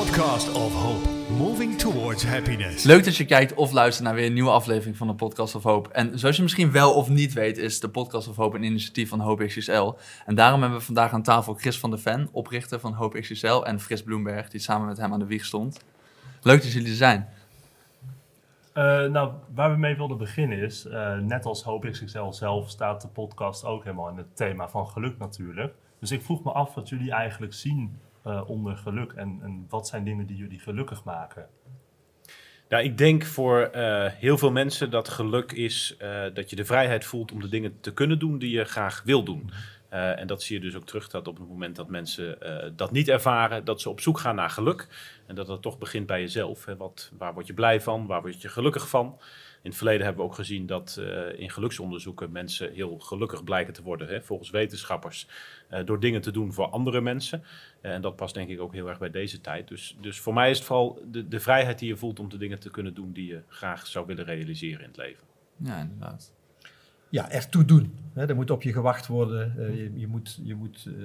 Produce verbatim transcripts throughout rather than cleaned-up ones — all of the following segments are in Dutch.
podcast of hope, moving towards happiness. Leuk dat je kijkt of luistert naar weer een nieuwe aflevering van de Podcast of Hope. En zoals je misschien wel of niet weet, is de Podcast of Hope een initiatief van Hope X X L. En daarom hebben we vandaag aan tafel Chris van der Ven, oprichter van Hope X X L, en Frits Bloemberg, die samen met hem aan de wieg stond. Leuk dat jullie er zijn. Uh, nou, waar we mee wilden beginnen is, uh, net als Hope X X L zelf staat de podcast ook helemaal in het thema van geluk natuurlijk. Dus ik vroeg me af wat jullie eigenlijk zien uh, onder geluk en, en wat zijn dingen die jullie gelukkig maken? Nou, ik denk voor uh, heel veel mensen dat geluk is uh, dat je de vrijheid voelt om de dingen te kunnen doen die je graag wil doen. Uh, en dat zie je dus ook terug dat op het moment dat mensen uh, dat niet ervaren, dat ze op zoek gaan naar geluk. En dat dat toch begint bij jezelf. Hè. Wat, waar word je blij van? Waar word je gelukkig van? In het verleden hebben we ook gezien dat uh, in geluksonderzoeken mensen heel gelukkig blijken te worden. Hè, volgens wetenschappers. Uh, door dingen te doen voor andere mensen. Uh, en dat past denk ik ook heel erg bij deze tijd. Dus, dus voor mij is het vooral de, de vrijheid die je voelt om de dingen te kunnen doen die je graag zou willen realiseren in het leven. Ja, inderdaad. Ja, ertoe doen. He, er moet op je gewacht worden. Uh, je, je moet, je moet uh,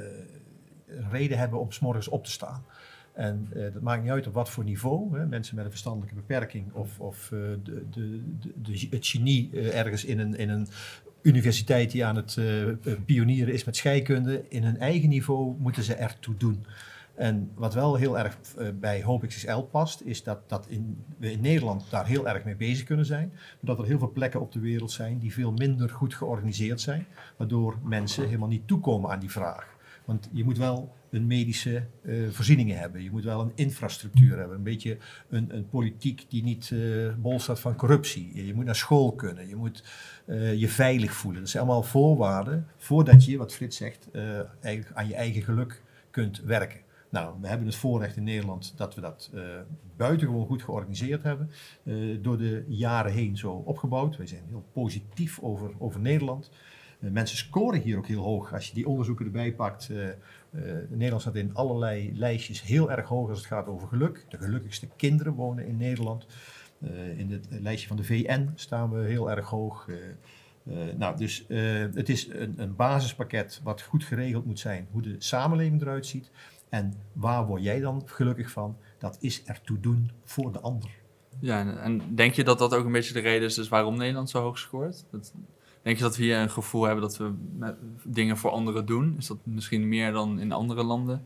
een reden hebben om 's morgens op te staan. En uh, dat maakt niet uit op wat voor niveau. Hè. Mensen met een verstandelijke beperking of, of uh, de, de, de, de, het genie uh, ergens in een, in een universiteit die aan het uh, pionieren is met scheikunde. In hun eigen niveau moeten ze ertoe doen. En wat wel heel erg uh, bij Hope X X L past, is dat, dat in, we in Nederland daar heel erg mee bezig kunnen zijn. Dat er heel veel plekken op de wereld zijn die veel minder goed georganiseerd zijn. Waardoor mensen helemaal niet toekomen aan die vraag. Want je moet wel een medische uh, voorzieningen hebben. Je moet wel een infrastructuur hebben. Een beetje een, een politiek die niet uh, bol staat van corruptie. Je moet naar school kunnen. Je moet uh, je veilig voelen. Dat zijn allemaal voorwaarden voordat je, wat Frits zegt, uh, eigenlijk aan je eigen geluk kunt werken. Nou, we hebben het voorrecht in Nederland dat we dat uh, buitengewoon goed georganiseerd hebben. Uh, door de jaren heen zo opgebouwd. Wij zijn heel positief over, over Nederland. Uh, mensen scoren hier ook heel hoog. Als je die onderzoeken erbij pakt. Uh, uh, Nederland staat in allerlei lijstjes heel erg hoog als het gaat over geluk. De gelukkigste kinderen wonen in Nederland. Uh, in het lijstje van de V N staan we heel erg hoog. Uh, Uh, nou, dus uh, het is een, een basispakket wat goed geregeld moet zijn. Hoe de samenleving eruit ziet. En waar word jij dan gelukkig van? Dat is ertoe doen voor de ander. Ja, en denk je dat dat ook een beetje de reden is dus waarom Nederland zo hoog scoort? Dat, denk je dat we hier een gevoel hebben dat we met dingen voor anderen doen? Is dat misschien meer dan in andere landen?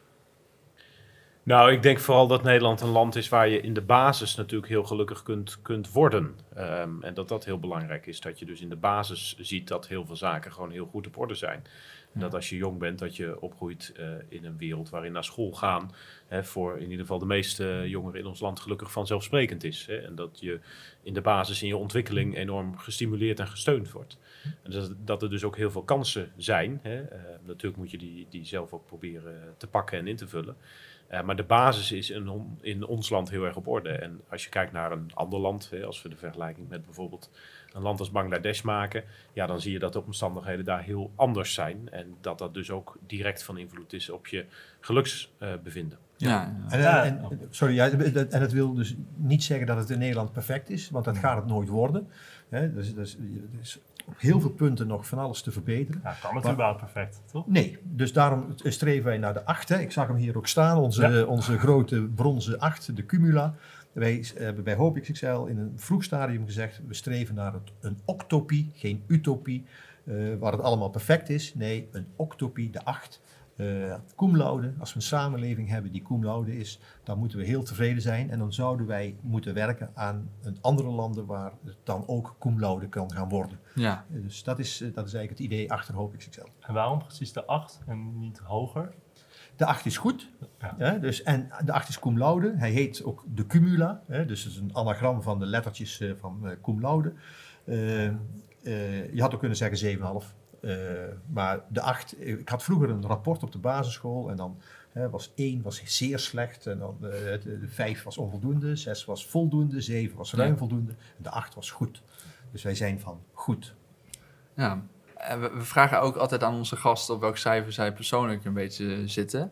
Nou, ik denk vooral dat Nederland een land is waar je in de basis natuurlijk heel gelukkig kunt, kunt worden. Um, en dat dat heel belangrijk is. Dat je dus in de basis ziet dat heel veel zaken gewoon heel goed op orde zijn. En dat als je jong bent, dat je opgroeit uh, in een wereld waarin naar school gaan hè, voor in ieder geval de meeste jongeren in ons land gelukkig vanzelfsprekend is. Hè, en dat je in de basis in je ontwikkeling enorm gestimuleerd en gesteund wordt. En dat, dat er dus ook heel veel kansen zijn. Hè. Uh, natuurlijk moet je die, die zelf ook proberen te pakken en in te vullen. Uh, maar de basis is in, on, in ons land heel erg op orde. En als je kijkt naar een ander land, hè, als we de vergelijking met bijvoorbeeld een land als Bangladesh maken, ja, dan zie je dat de omstandigheden daar heel anders zijn. En dat dat dus ook direct van invloed is op je geluksbevinden. Uh, ja. Ja. Ja. En, en, sorry, ja, en dat wil dus niet zeggen dat het in Nederland perfect is, want dat gaat het nooit worden. He, dus, dus, dus op heel veel punten nog van alles te verbeteren. Ja, kan het maar, überhaupt perfect, toch? Nee, dus daarom streven wij naar de acht. Hè. Ik zag hem hier ook staan, onze, ja. onze grote bronzen acht, de Cumula. Wij hebben bij Hope X X L in een vroeg stadium gezegd, we streven naar het, een octopie, geen utopie, uh, waar het allemaal perfect is. Nee, een octopie, de acht. Uh, cum laude, als we een samenleving hebben die cum laude is, dan moeten we heel tevreden zijn. En dan zouden wij moeten werken aan een andere landen waar het dan ook cum laude kan gaan worden. Ja. Uh, dus dat is, uh, dat is eigenlijk het idee achter Hope X X L. En waarom precies de acht en niet hoger? De acht is goed, ja. Hè, dus, en de acht is cum laude. Hij heet ook de Cumula, hè, dus het is een anagram van de lettertjes uh, van uh, cum laude. Uh, uh, je had ook kunnen zeggen zeven komma vijf. Uh, maar de acht, ik had vroeger een rapport op de basisschool en dan hè, was één was zeer slecht en dan uh, de vijf was onvoldoende, zes was voldoende, zeven was ruim voldoende en de acht was goed. Dus wij zijn van goed. Ja, we, we vragen ook altijd aan onze gasten op welk cijfer zij persoonlijk een beetje zitten.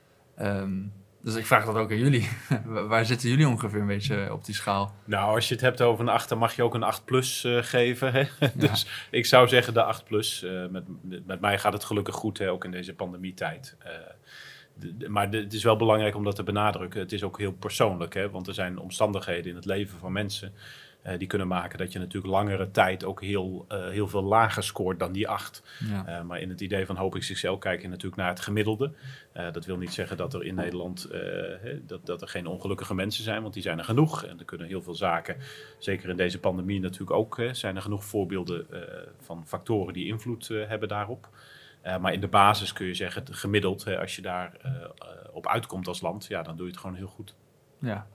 Um, Dus ik vraag dat ook aan jullie. Waar zitten jullie ongeveer een beetje op die schaal? Nou, als je het hebt over een acht, dan mag je ook een acht plus uh, geven. Hè? Ja. Dus ik zou zeggen de acht plus. Uh, met, met mij gaat het gelukkig goed, hè, ook in deze pandemietijd. Uh, de, de, maar de, het is wel belangrijk om dat te benadrukken. Het is ook heel persoonlijk, hè? Want er zijn omstandigheden in het leven van mensen uh, die kunnen maken dat je natuurlijk langere tijd ook heel, uh, heel veel lager scoort dan die acht. Ja. Uh, maar in het idee van Hoop X X L kijk je natuurlijk naar het gemiddelde. Uh, dat wil niet zeggen dat er in Nederland uh, he, dat, dat er geen ongelukkige mensen zijn, want die zijn er genoeg. En er kunnen heel veel zaken, zeker in deze pandemie natuurlijk ook, hè, zijn er genoeg voorbeelden uh, van factoren die invloed uh, hebben daarop. Uh, maar in de basis kun je zeggen, gemiddeld, hè, als je daar uh, uh, op uitkomt als land, ja, dan doe je het gewoon heel goed. Ja.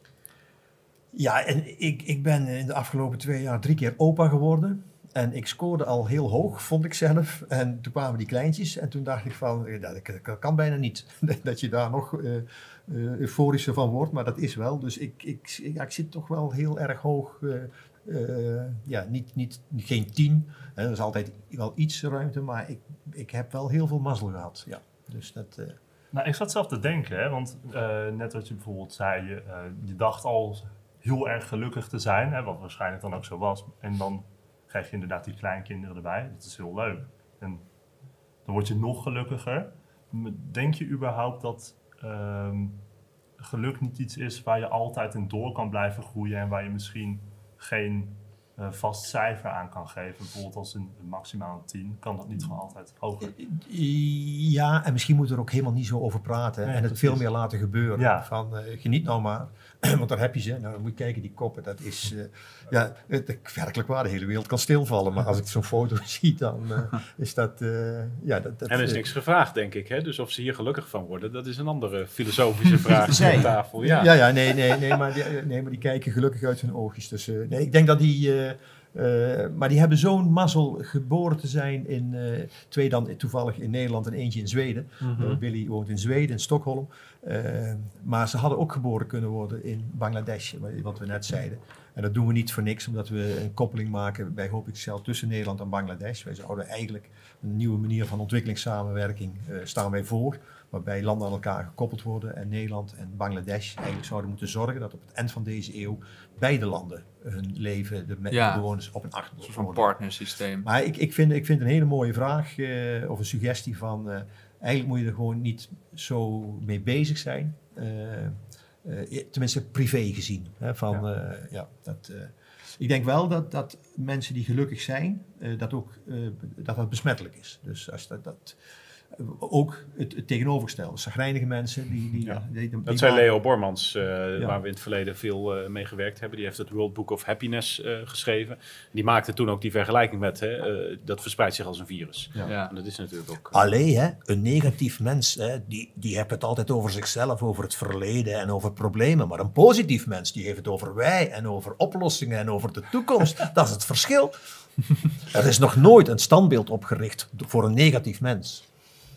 Ja, en ik, ik ben in de afgelopen twee jaar drie keer opa geworden. En ik scoorde al heel hoog, vond ik zelf. En toen kwamen die kleintjes. En toen dacht ik van, ja, dat, dat kan bijna niet. Dat je daar nog uh, uh, euforischer van wordt. Maar dat is wel. Dus ik, ik, ja, ik zit toch wel heel erg hoog. Uh, uh, ja, niet, niet, geen tien. Er is altijd wel iets ruimte. Maar ik, ik heb wel heel veel mazzel gehad. Ja, dus dat... Uh, Nou, ik zat zelf te denken, hè, want uh, net wat je bijvoorbeeld zei, je, uh, je dacht al heel erg gelukkig te zijn, hè, wat waarschijnlijk dan ook zo was. En dan krijg je inderdaad die kleinkinderen erbij, dat is heel leuk. En dan word je nog gelukkiger. Denk je überhaupt dat um, geluk niet iets is waar je altijd in door kan blijven groeien en waar je misschien geen uh, vast cijfer aan kan geven? Bijvoorbeeld als een, een maximaal een tien, kan dat niet gewoon altijd hoger? Ja, en misschien moeten we er ook helemaal niet zo over praten. Nee, en het precies. veel meer laten gebeuren. Ja. Van, uh, geniet nou maar. Want daar heb je ze. Nou, dan moet je kijken, die koppen. Dat is, uh, ja, het, werkelijk waar, de hele wereld kan stilvallen. Maar als ik zo'n foto zie, dan uh, is dat... Uh, ja, dat, dat En er is uh, niks gevraagd, denk ik. Hè? Dus of ze hier gelukkig van worden, dat is een andere filosofische vraag op tafel. Ja, ja, ja nee, nee, nee, maar die, nee, maar die kijken gelukkig uit hun oogjes. Dus uh, nee, ik denk dat die... Uh, Uh, maar die hebben zo'n mazzel geboren te zijn in uh, twee dan toevallig in Nederland en eentje in Zweden. Mm-hmm. Uh, Billy woont in Zweden, in Stockholm. Uh, maar ze hadden ook geboren kunnen worden in Bangladesh, wat we net zeiden. En dat doen we niet voor niks, omdat we een koppeling maken bij Hoop X X L tussen Nederland en Bangladesh. Wij zouden eigenlijk een nieuwe manier van ontwikkelingssamenwerking uh, staan wij voor. Waarbij landen aan elkaar gekoppeld worden en Nederland en Bangladesh eigenlijk zouden moeten zorgen dat op het eind van deze eeuw beide landen hun leven, de ja. bewoners op een achtergrond. Een soort van partnersysteem. Maar ik, ik, vind, ik vind een hele mooie vraag uh, of een suggestie van uh, eigenlijk moet je er gewoon niet zo mee bezig zijn. Uh, uh, tenminste privé gezien. Hè, van, ja. Uh, ja, dat, uh, ik denk wel dat, dat mensen die gelukkig zijn, uh, dat ook uh, dat dat besmettelijk is. Dus als dat... dat ook het, het tegenovergestelde. Chagrijnige mensen. Die, die, ja. die, die, die dat zei maken... Leo Bormans, uh, ja. waar we in het verleden veel uh, mee gewerkt hebben. Die heeft het World Book of Happiness uh, geschreven. Die maakte toen ook die vergelijking met, hè, uh, dat verspreidt zich als een virus. Ja. Ja. En dat is natuurlijk ook... Uh... Allee, hè, een negatief mens, hè, die, die heeft het altijd over zichzelf, over het verleden en over problemen. Maar een positief mens, die heeft het over wij en over oplossingen en over de toekomst. Dat is het verschil. Er is nog nooit een standbeeld opgericht voor een negatief mens.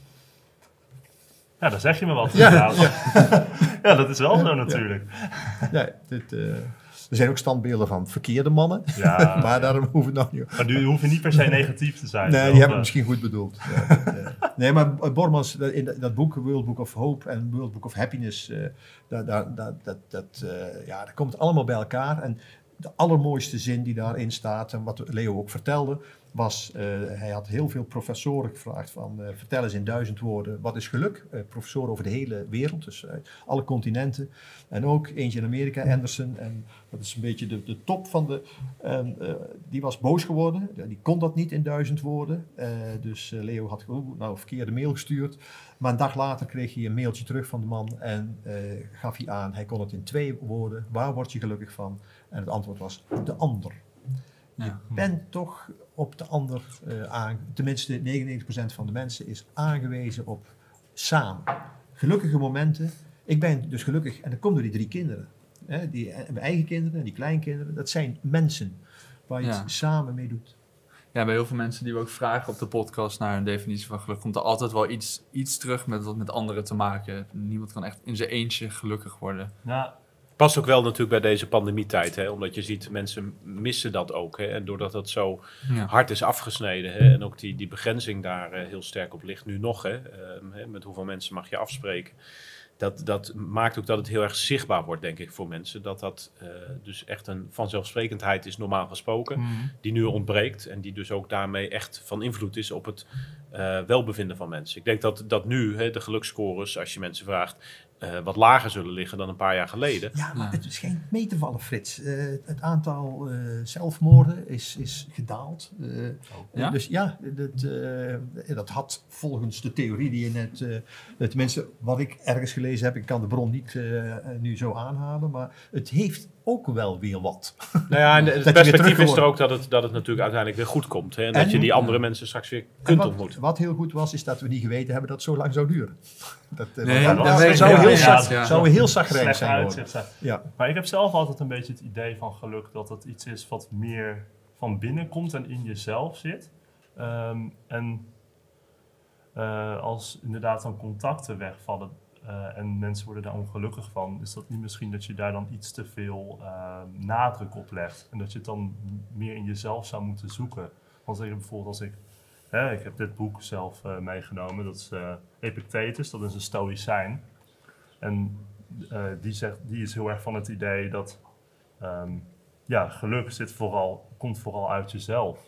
Ja, dan zeg je me wat. Ja, ja. ja. ja, dat is wel zo natuurlijk. Ja, dit, uh, er zijn ook standbeelden van verkeerde mannen, ja, maar ja. daarom hoeven we nog niet... Maar die hoeven niet per se negatief te zijn. Nee, wel, die hebben uh... het misschien goed bedoeld. Ja, dat, uh, nee, maar Bormans, in dat boek, World Book of Hope en World Book of Happiness, uh, dat, dat, dat, dat, dat, uh, ja, dat komt allemaal bij elkaar. En de allermooiste zin die daarin staat, en wat Leo ook vertelde, was, uh, hij had heel veel professoren gevraagd van, uh, vertel eens in duizend woorden, wat is geluk? Uh, professoren over de hele wereld, dus uh, alle continenten. En ook eentje in Amerika, Anderson, en dat is een beetje de, de top van de... En, uh, die was boos geworden, die kon dat niet in duizend woorden. Uh, dus uh, Leo had gewoon nou, een verkeerde mail gestuurd. Maar een dag later kreeg hij een mailtje terug van de man en uh, gaf hij aan, hij kon het in twee woorden. Waar word je gelukkig van? En het antwoord was, de ander. Je Ja. bent toch op de ander uh, aan, tenminste negenennegentig procent van de mensen is aangewezen op samen. Gelukkige momenten. Ik ben dus gelukkig, en dat komt door die drie kinderen. Hè, die, mijn eigen kinderen en die kleinkinderen. Dat zijn mensen waar je Ja. het samen mee doet. Ja, bij heel veel mensen die we ook vragen op de podcast naar een definitie van geluk, komt er altijd wel iets, iets terug met wat met anderen te maken. Niemand kan echt in zijn eentje gelukkig worden. Nou, Past ook wel natuurlijk bij deze pandemietijd, hè? Omdat je ziet, mensen missen dat ook. Hè? En doordat dat zo Ja. hard is afgesneden, hè? En ook die, die begrenzing daar uh, heel sterk op ligt, nu nog, hè? Uh, hè? Met hoeveel mensen mag je afspreken. dat, dat maakt ook dat het heel erg zichtbaar wordt, denk ik, voor mensen. Dat dat uh, dus echt een vanzelfsprekendheid is, normaal gesproken, Mm. die nu ontbreekt. En die dus ook daarmee echt van invloed is op het uh, welbevinden van mensen. Ik denk dat, dat nu hè, de geluksscores, als je mensen vraagt, uh, wat lager zullen liggen dan een paar jaar geleden. Ja, maar Ja. het is geen mee te vallen, Frits. Uh, het aantal uh, zelfmoorden is, is gedaald. Uh, Ja? Dus ja, dat, uh, dat had volgens de theorie die je net... Uh, tenminste, wat ik ergens gelezen heb, ik kan de bron niet uh, nu zo aanhalen, maar het heeft ook wel weer wat. Nou ja, en het je perspectief weer is er ook dat het, dat het natuurlijk uiteindelijk weer goed komt. Hè? En, En- dat je die andere mensen straks weer kunt wat, ontmoeten. wat heel goed was, is dat we niet geweten hebben dat het zo lang zou duren. Dat, uh, Nee, want dat dat weet ik zou, wel. heel Ja, zag- ja. zou heel zagrijnig Slecht zijn geworden. uitzicht. Ja. Maar ik heb zelf altijd een beetje het idee van geluk dat het iets is wat meer van binnen komt en in jezelf zit. Um, en uh, als inderdaad dan contacten wegvallen uh, en mensen worden daar ongelukkig van, is dat niet misschien dat je daar dan iets te veel uh, nadruk op legt. En dat je het dan meer in jezelf zou moeten zoeken. Want ik, bijvoorbeeld als ik, hè, ik heb dit boek zelf uh, meegenomen, dat is uh, Epictetus, dat is een stoïcijn. En uh, die, zegt, die is heel erg van het idee dat um, ja, geluk zit vooral, komt vooral uit jezelf.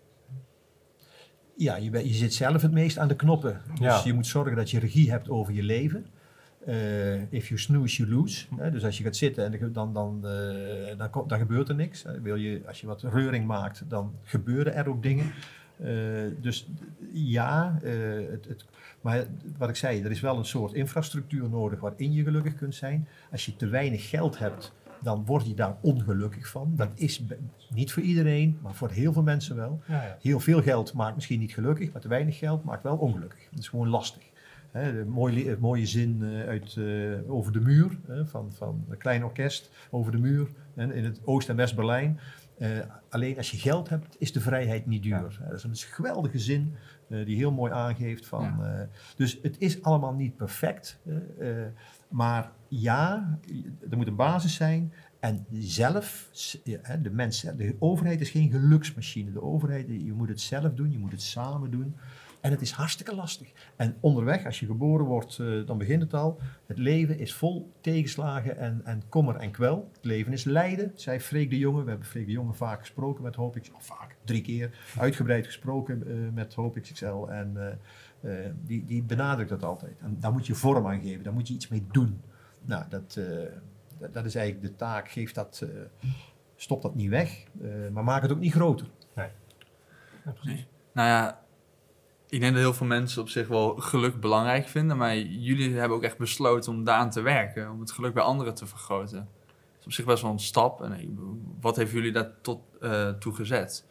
Ja, je, bent- je zit zelf het meest aan de knoppen. Dus Ja. je moet zorgen dat je regie hebt over je leven. Uh, if you snooze, you lose. Hè? Dus als je gaat zitten, en dan, dan, uh, dan, komt- dan gebeurt er niks. Hè? Wil je, als je wat reuring maakt, dan gebeuren er ook dingen. Uh, dus ja, uh, het, het, maar wat ik zei, er is wel een soort infrastructuur nodig waarin je gelukkig kunt zijn. Als je te weinig geld hebt, dan word je daar ongelukkig van. Dat is be- niet voor iedereen, maar voor heel veel mensen wel. Ja, ja. Heel veel geld maakt misschien niet gelukkig, maar te weinig geld maakt wel ongelukkig. Dat is gewoon lastig. Hè, de mooie, li- mooie zin uh, uit, uh, over de muur, hè, van, van een klein orkest over de muur hè, in het Oost- en West-Berlijn. Uh, alleen als je geld hebt, is de vrijheid niet duur. Ja. Dat is een geweldige zin uh, die heel mooi aangeeft van... Ja. Uh, dus het is allemaal niet perfect, uh, uh, maar ja, er moet een basis zijn. En zelf, ja, de mensen, de overheid is geen geluksmachine. De overheid, je moet het zelf doen, je moet het samen doen. En het is hartstikke lastig. En onderweg, als je geboren wordt, uh, dan begint het al. Het leven is vol tegenslagen en, en kommer en kwel. Het leven is lijden, zei Freek de Jonge. We hebben Freek de Jonge vaak gesproken met Hoop X L. Of vaak, drie keer uitgebreid gesproken uh, met Hoop X L. En uh, uh, die, die benadrukt dat altijd. En daar moet je vorm aan geven, daar moet je iets mee doen. Nou, dat, uh, dat, dat is eigenlijk de taak. Geef dat, uh, stop dat niet weg, uh, maar maak het ook niet groter. Nee. Ja, precies. Nee. Nou ja, ik denk dat heel veel mensen op zich wel geluk belangrijk vinden, maar jullie hebben ook echt besloten om daaraan te werken, om het geluk bij anderen te vergroten. Dat is op zich best wel een stap. En ik- wat heeft jullie daar tot uh, toe gezet?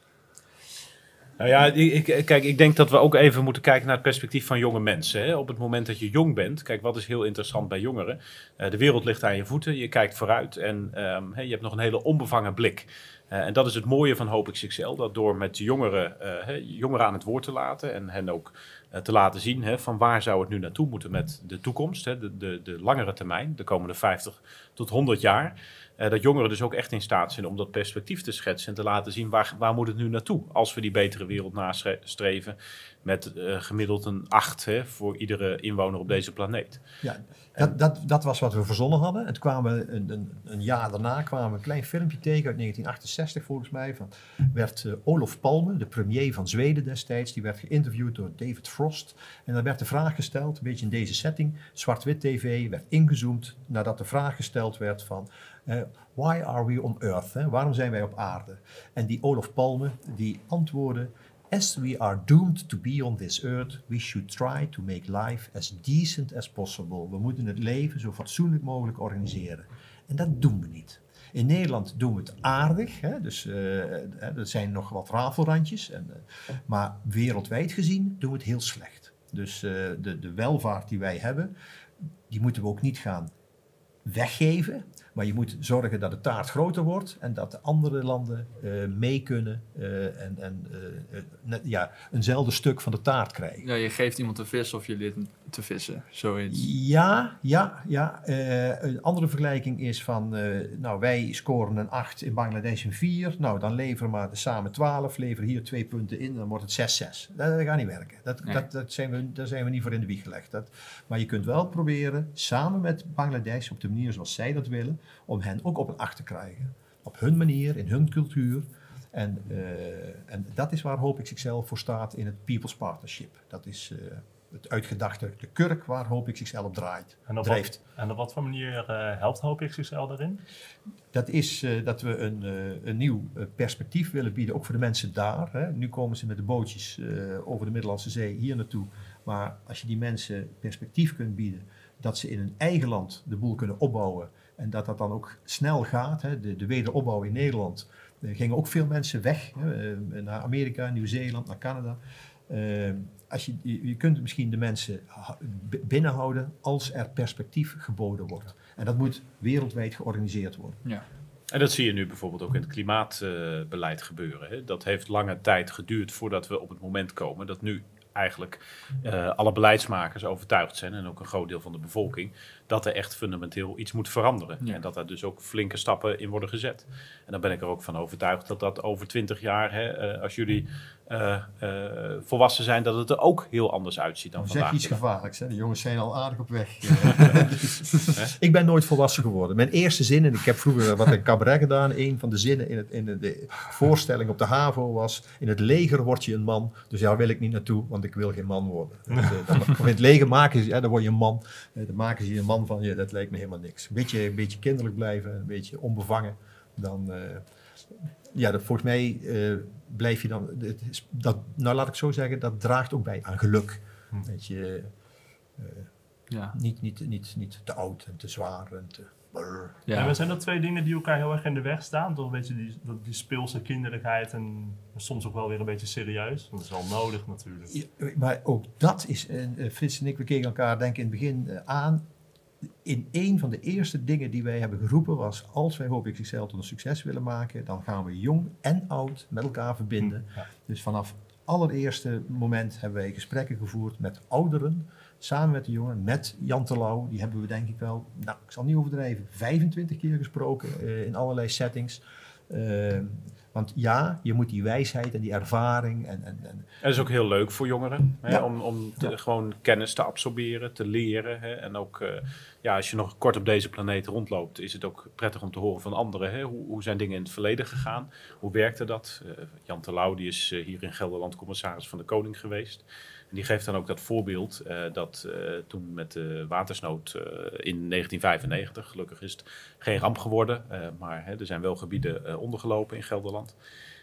Nou ja, ik, ik- kijk, ik denk dat we ook even moeten kijken naar het perspectief van jonge mensen. Hè. Op het moment dat je jong bent, kijk, wat is heel interessant bij jongeren? Uh, de wereld ligt aan je voeten, je kijkt vooruit en um, hey, je hebt nog een hele onbevangen blik. Uh, en dat is het mooie van Hoop X X L, dat door met jongeren, uh, hey, jongeren aan het woord te laten en hen ook uh, te laten zien hè, van waar zou het nu naartoe moeten met de toekomst, hè, de, de, de langere termijn, de komende vijftig tot honderd jaar. Uh, dat jongeren dus ook echt in staat zijn om dat perspectief te schetsen en te laten zien waar, waar moet het nu naartoe als we die betere wereld nastreven met uh, gemiddeld een acht hè, voor iedere inwoner op deze planeet. Ja, dat, dat, dat was wat we verzonnen hadden. Het kwamen een, een, een jaar daarna kwamen we een klein filmpje tegen uit negentien achtenzestig volgens mij. Van, werd uh, Olof Palme, de premier van Zweden destijds, die werd geïnterviewd door David Frost. En dan werd de vraag gesteld, een beetje in deze setting, zwart-wit tv, werd ingezoomd nadat de vraag gesteld werd van... Uh, why are we on earth? Hè? Waarom zijn wij op aarde? En die Olof Palme, die antwoordde... As we are doomed to be on this earth, we should try to make life as decent as possible. We moeten het leven zo fatsoenlijk mogelijk organiseren. En dat doen we niet. In Nederland doen we het aardig, hè? Dus uh, er zijn nog wat rafelrandjes. En, uh, maar wereldwijd gezien doen we het heel slecht. Dus uh, de, de welvaart die wij hebben, die moeten we ook niet gaan weggeven. Maar je moet zorgen dat de taart groter wordt en dat de andere landen uh, mee kunnen uh, en, en uh, net, ja, eenzelfde stuk van de taart krijgen. Ja, je geeft iemand te vissen of je leert hem te vissen, zoiets. Ja, ja, ja. Uh, een andere vergelijking is van, uh, nou wij scoren een acht, in Bangladesh een vier. Nou, dan leveren we samen twaalf, leveren hier twee punten in, dan wordt het zes zes. Dat, dat gaat niet werken. Dat, Nee. dat, dat zijn we, daar zijn we niet voor in de wieg gelegd. Dat, maar je kunt wel proberen, samen met Bangladesh, op de manier zoals zij dat willen, om hen ook op een acht te krijgen. Op hun manier, in hun cultuur. En, uh, en dat is waar Hope X X L voor staat in het People's Partnership. Dat is uh, het uitgedachte, de kurk waar Hope X X L op draait. En op, drijft. wat, en op wat voor manier uh, helpt Hope X X L daarin? Dat is uh, dat we een, uh, een nieuw uh, perspectief willen bieden, ook voor de mensen daar. Hè. Nu komen ze met de bootjes uh, over de Middellandse Zee hier naartoe. Maar als je die mensen perspectief kunt bieden, dat ze in hun eigen land de boel kunnen opbouwen. En dat dat dan ook snel gaat. Hè. De, de wederopbouw in Nederland. Er gingen ook veel mensen weg. Hè, naar Amerika, Nieuw-Zeeland, naar Canada. Uh, als je, je, je kunt misschien de mensen binnenhouden als er perspectief geboden wordt. En dat moet wereldwijd georganiseerd worden. Ja. En dat zie je nu bijvoorbeeld ook in het klimaatbeleid uh, gebeuren. Hè. Dat heeft lange tijd geduurd voordat we op het moment komen dat nu eigenlijk uh, alle beleidsmakers overtuigd zijn, en ook een groot deel van de bevolking, dat er echt fundamenteel iets moet veranderen. Ja. En dat daar dus ook flinke stappen in worden gezet. En dan ben ik er ook van overtuigd dat dat over twintig jaar, hè, uh, als jullie uh, uh, volwassen zijn, dat het er ook heel anders uitziet dan Zeg vandaag. iets gevaarlijks. Hè? De jongens zijn al aardig op weg. Ik ben nooit volwassen geworden. Mijn eerste zin, en ik heb vroeger wat een cabaret gedaan, een van de zinnen in, het, in de, de voorstelling op de HAVO was: in het leger word je een man, dus daar wil ik niet naartoe, want ik wil geen man worden. Dus, uh, dan, of in het leger maken ze, ja, dan word je een man, uh, dan maken ze je een man van je, dat lijkt me helemaal niks. Een beetje, een beetje kinderlijk blijven, een beetje onbevangen, dan... Uh, ja, dat, volgens mij uh, blijf je dan... Het is, dat, nou, laat ik zo zeggen, dat draagt ook bij aan geluk. Hm. Dat je uh, Ja. niet, niet, niet, niet te oud en te zwaar en te... Ja. En zijn dat twee dingen die elkaar heel erg in de weg staan? Toch een beetje die, die speelse kinderlijkheid en soms ook wel weer een beetje serieus? Want dat is wel nodig natuurlijk. Ja, maar ook dat is... Uh, Frits en ik, we keken elkaar denk ik in het begin uh, aan... In een van de eerste dingen die wij hebben geroepen was, als wij Hope X X L tot een succes willen maken, dan gaan we jong en oud met elkaar verbinden. Ja. Dus vanaf het allereerste moment hebben wij gesprekken gevoerd met ouderen, samen met de jongen, met Jan Terlouw. Die hebben we denk ik wel, nou ik zal niet overdrijven, vijfentwintig keer gesproken uh, in allerlei settings. Uh, Want ja, je moet die wijsheid en die ervaring en... en, en En dat is ook heel leuk voor jongeren, hè, ja. om, om te, Ja. gewoon kennis te absorberen, te leren. Hè, en ook, uh, ja, als je nog kort op deze planeet rondloopt, is het ook prettig om te horen van anderen. Hè. Hoe, hoe zijn dingen in het verleden gegaan? Hoe werkte dat? Uh, Jan Terlouw, die is uh, hier in Gelderland commissaris van de Koning geweest. En die geeft dan ook dat voorbeeld uh, dat uh, toen met de watersnood uh, in negentien vijfennegentig, gelukkig is het geen ramp geworden, uh, maar hè, er zijn wel gebieden uh, ondergelopen in Gelderland.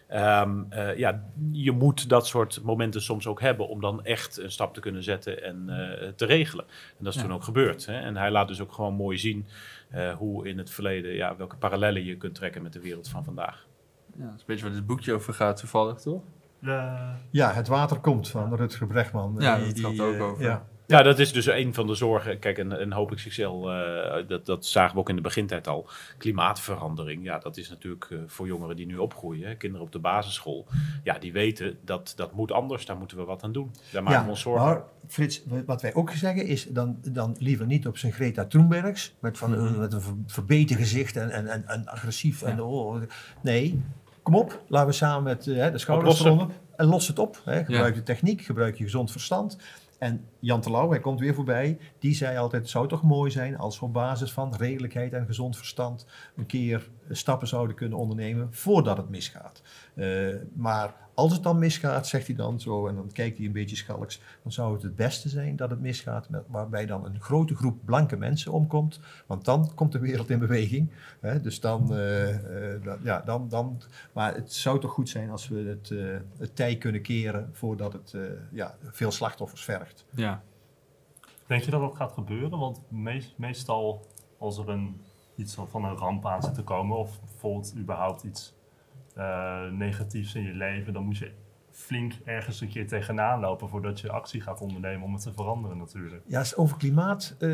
Um, uh, ja, je moet dat soort momenten soms ook hebben om dan echt een stap te kunnen zetten en uh, te regelen. En dat is Ja. toen ook gebeurd. Hè? En hij laat dus ook gewoon mooi zien uh, hoe in het verleden, ja, welke parallellen je kunt trekken met de wereld van vandaag. Ja, dat is een beetje waar dit boekje over gaat toevallig, toch? Uh, ja, het water komt van Rutger Bregman. Ja, Die- dat die, gaat er ook uh, over. Ja. Ja, dat is dus een van de zorgen. Kijk, en, en Hope X X L, uh, dat, dat zagen we ook in de begintijd al. Klimaatverandering, ja, dat is natuurlijk uh, voor jongeren die nu opgroeien, hè, kinderen op de basisschool. Ja, die weten dat dat moet anders, daar moeten we wat aan doen. Daar maken Ja, we ons zorgen. maar Frits, wat wij ook zeggen is, dan, dan liever niet op zijn Greta Thunbergs, met, van, Mhm. met een ver- verbeten gezicht en, en, en, en agressief. Ja. En, oh, nee, kom op, laten we samen met uh, de schouders Oplossen. eronder en los het op. Hè. Gebruik Ja. de techniek, gebruik je gezond verstand. En Jan Terlouw, hij komt weer voorbij, die zei altijd, het zou toch mooi zijn als we op basis van redelijkheid en gezond verstand een keer stappen zouden kunnen ondernemen voordat het misgaat. Uh, maar als het dan misgaat, zegt hij dan zo, en dan kijkt hij een beetje schalks, dan zou het het beste zijn dat het misgaat, met, waarbij dan een grote groep blanke mensen omkomt, want dan komt de wereld in beweging. Hè? Dus dan, uh, uh, dat, ja, dan, dan, maar het zou toch goed zijn als we het, uh, het tij kunnen keren voordat het uh, ja, veel slachtoffers vergt. Ja. denk je dat dat gaat gebeuren? Want meest, meestal als er een, iets van een ramp aan zit te komen, of bijvoorbeeld überhaupt iets uh, negatiefs in je leven, dan moet je flink ergens een keer tegenaan lopen voordat je actie gaat ondernemen om het te veranderen natuurlijk. Ja, als het over klimaat, uh,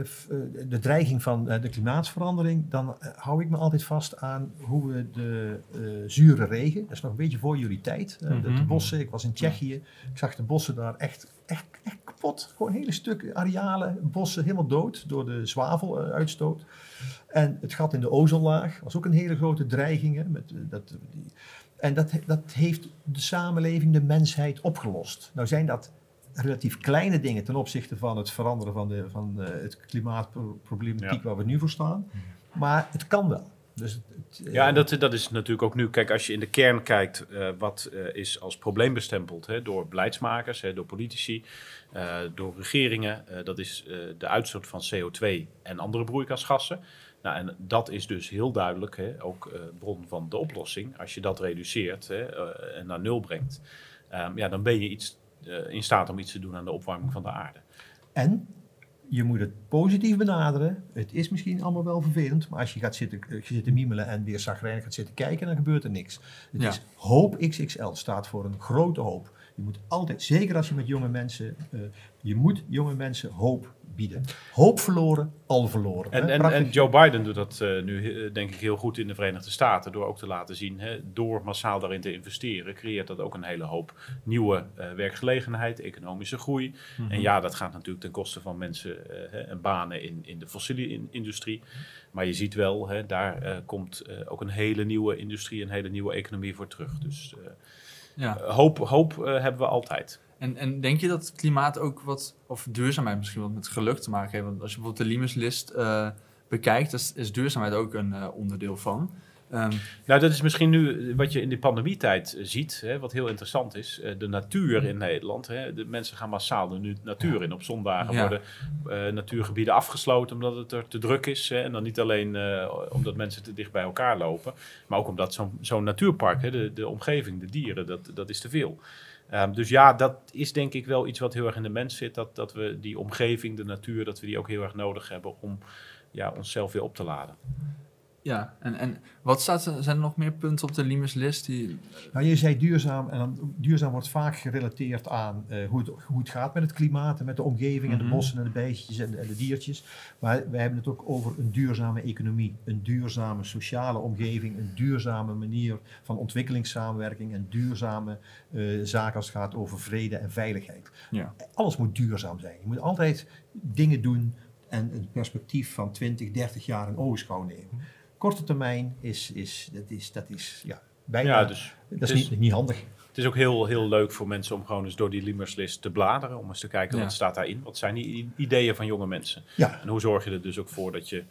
de dreiging van uh, de klimaatverandering, dan uh, hou ik me altijd vast aan hoe we de uh, zure regen, dat is nog een beetje voor jullie tijd, uh, mm-hmm. de, de bossen, ik was in Tsjechië, ik zag de bossen daar echt, echt, echt kapot, gewoon hele stukken arealen, bossen helemaal dood door de zwaveluitstoot. En het gat in de ozonlaag was ook een hele grote dreiging. Hè, met, uh, dat, die, en dat, dat heeft de samenleving, de mensheid opgelost. Nou zijn dat relatief kleine dingen ten opzichte van het veranderen van, de, van uh, het klimaatproblematiek ja. waar we nu voor staan. Maar het kan wel. Dus het, het, ja, en dat, dat is natuurlijk ook nu. Kijk, als je in de kern kijkt, uh, wat uh, is als probleem bestempeld hè, door beleidsmakers, hè, door politici, uh, door regeringen. Uh, dat is uh, de uitstoot van C O twee en andere broeikasgassen. Nou, en dat is dus heel duidelijk hè, ook uh, bron van de oplossing. Als je dat reduceert hè, uh, en naar nul brengt, um, ja, dan ben je iets, uh, in staat om iets te doen aan de opwarming van de aarde. En je moet het positief benaderen. Het is misschien allemaal wel vervelend, maar als je gaat zitten, je zit te miemelen en weer chagrijnig gaat zitten kijken, dan gebeurt er niks. Het ja. is hoop X X L, staat voor een grote hoop. Je moet altijd, zeker als je met jonge mensen, uh, je moet jonge mensen hoop bieden. Hoop verloren, al verloren. En, en, en Joe Biden doet dat uh, nu uh, denk ik heel goed in de Verenigde Staten, door ook te laten zien, hè, door massaal daarin te investeren, creëert dat ook een hele hoop nieuwe uh, werkgelegenheid, economische groei. Mm-hmm. En ja, dat gaat natuurlijk ten koste van mensen uh, en banen in, in de fossiele in- industrie. Maar je ziet wel, hè, daar uh, komt uh, ook een hele nieuwe industrie, een hele nieuwe economie voor terug. Dus uh, ja. uh, hoop, hoop uh, hebben we altijd. En, en denk je dat het klimaat ook wat, of duurzaamheid misschien wat met geluk te maken heeft? Want als je bijvoorbeeld de Limeslist uh, bekijkt, is, is duurzaamheid ook een uh, onderdeel van. Um, nou, dat is misschien nu wat je in de pandemietijd uh, ziet, hè, wat heel interessant is. Uh, de natuur in Nederland. Hè, de mensen gaan massaal de nu natuur in. Op zondagen ja. worden uh, natuurgebieden afgesloten omdat het er te druk is. Hè, en dan niet alleen uh, omdat mensen te dicht bij elkaar lopen, maar ook omdat zo'n, zo'n natuurpark, hè, de, de omgeving, de dieren, dat, dat is te veel. Um, dus ja, dat is denk ik wel iets wat heel erg in de mens zit. Dat, dat we die omgeving, de natuur, dat we die ook heel erg nodig hebben om ja, onszelf weer op te laden. Ja, en, en wat staat er, zijn er nog meer punten op de Limeslist? Die... Nou, je zei duurzaam, en dan, duurzaam wordt vaak gerelateerd aan uh, hoe, het, hoe het gaat met het klimaat en met de omgeving mm-hmm. en de bossen en de beestjes en de, en de diertjes. Maar wij hebben het ook over een duurzame economie, een duurzame sociale omgeving, een duurzame manier van ontwikkelingssamenwerking, een duurzame uh, zaak als het gaat over vrede en veiligheid. Ja. Alles moet duurzaam zijn. Je moet altijd dingen doen en een perspectief van twintig, dertig jaar in ogenschouw nemen. Korte termijn is, is, dat is, dat is ja, bijna, ja, dus dat is niet, niet handig. Het is ook heel, heel leuk voor mensen om gewoon eens door die Limeslist te bladeren, om eens te kijken ja. wat staat daarin. Wat zijn die ideeën van jonge mensen? Ja. En hoe zorg je er dus ook voor dat je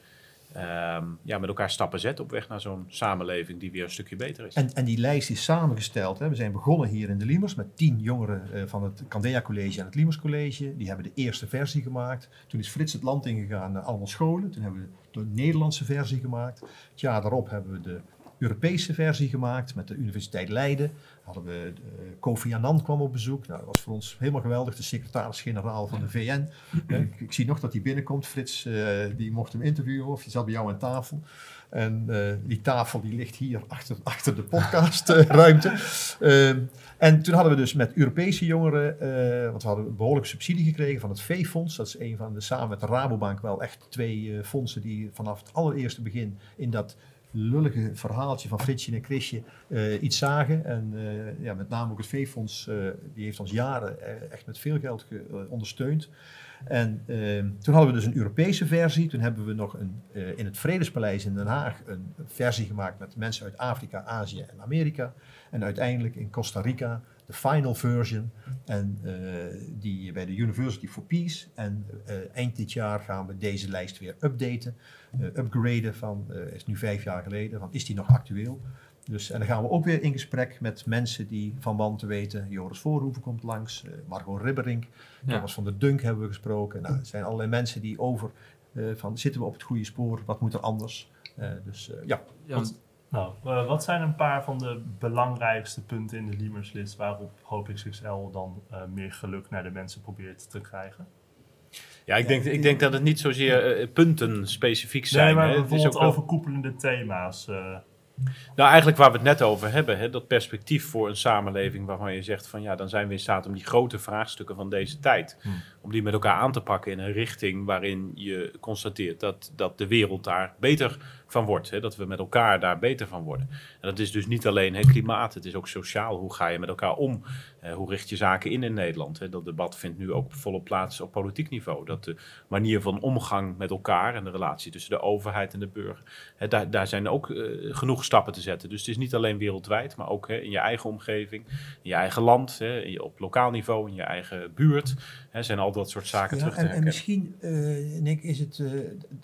um, ja, met elkaar stappen zet op weg naar zo'n samenleving die weer een stukje beter is. En, en die lijst is samengesteld. Hè. We zijn begonnen hier in de Liemers met tien jongeren uh, van het Candea College en het Liemers College. Die hebben de eerste versie gemaakt. Toen is Frits het land ingegaan naar allemaal scholen. Toen hebben we de Nederlandse versie gemaakt. Het jaar daarop hebben we de Europese versie gemaakt met de Universiteit Leiden. Hadden we uh, Kofi Annan kwam op bezoek. Nou, dat was voor ons helemaal geweldig. De secretaris-generaal van de V N. Uh, ik, ik zie nog dat hij binnenkomt. Frits, uh, die mocht hem interviewen of die zat bij jou aan tafel. En uh, die tafel die ligt hier achter, achter de podcastruimte. Uh, en toen hadden we dus met Europese jongeren, uh, want we hadden een behoorlijke subsidie gekregen van het V-fonds. Dat is een van de, samen met de Rabobank, wel echt twee uh, fondsen die vanaf het allereerste begin in dat lullige verhaaltje van Fritsje en Chrisje uh, iets zagen. En uh, ja, met name ook het V-fonds, uh, die heeft ons jaren uh, echt met veel geld ge- uh, ondersteund. En uh, toen hadden we dus een Europese versie. Toen hebben we nog een, uh, in het Vredespaleis in Den Haag een versie gemaakt met mensen uit Afrika, Azië en Amerika. En uiteindelijk in Costa Rica de final version. En uh, die bij de University for Peace. En uh, eind dit jaar gaan we deze lijst weer updaten. Uh, upgraden van, uh, is nu vijf jaar geleden, van is die nog actueel? Dus, en dan gaan we ook weer in gesprek met mensen die van wanten weten. Joris Voorhoeven komt langs, uh, Margot Ribberink, ja. Thomas van der Dunk hebben we gesproken. Nou, er zijn allerlei mensen die over, uh, van zitten we op het goede spoor, wat moet er anders? Uh, dus uh, ja. ja wat, nou, uh, wat zijn een paar van de belangrijkste punten in de Limeslist waarop Hoop X X L dan uh, meer geluk naar de mensen probeert te krijgen? Ja, ik denk, ik denk dat het niet zozeer uh, punten specifiek zijn. Nee, maar hè. bijvoorbeeld het is ook wel... overkoepelende thema's. Uh, Nou, eigenlijk waar we het net over hebben, hè, dat perspectief voor een samenleving waarvan je zegt van ja, dan zijn we in staat om die grote vraagstukken van deze tijd, Hmm. om die met elkaar aan te pakken in een richting waarin je constateert dat, dat de wereld daar beter van wordt. Hè, dat we met elkaar daar beter van worden. En dat is dus niet alleen hè, klimaat, het is ook sociaal. Hoe ga je met elkaar om? Eh, hoe richt je zaken in in Nederland? Hè? Dat debat vindt nu ook volop plaats op politiek niveau. Dat de manier van omgang met elkaar en de relatie tussen de overheid en de burger, hè, daar, daar zijn ook uh, genoeg stappen te zetten. Dus het is niet alleen wereldwijd, maar ook hè, in je eigen omgeving, in je eigen land, hè, in je, op lokaal niveau, in je eigen buurt. Hè, zijn al dat soort zaken Ja, terug te en, en herkennen. misschien, uh, Nick, is het... Uh,